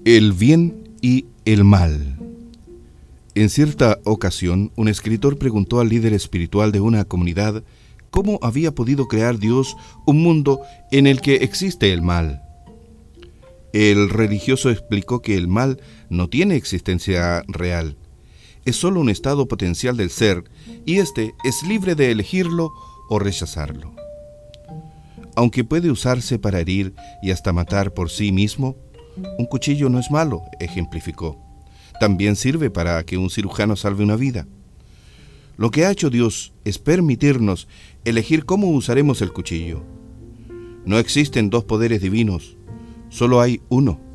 El bien y el mal. En cierta ocasión, un escritor preguntó al líder espiritual de una comunidad cómo había podido crear Dios un mundo en el que existe el mal. El religioso explicó que el mal no tiene existencia real, es solo un estado potencial del ser, y éste es libre de elegirlo o rechazarlo. Aunque puede usarse para herir y hasta matar por sí mismo, un cuchillo no es malo, ejemplificó. También sirve para que un cirujano salve una vida. Lo que ha hecho Dios es permitirnos elegir cómo usaremos el cuchillo. No existen dos poderes divinos, solo hay uno.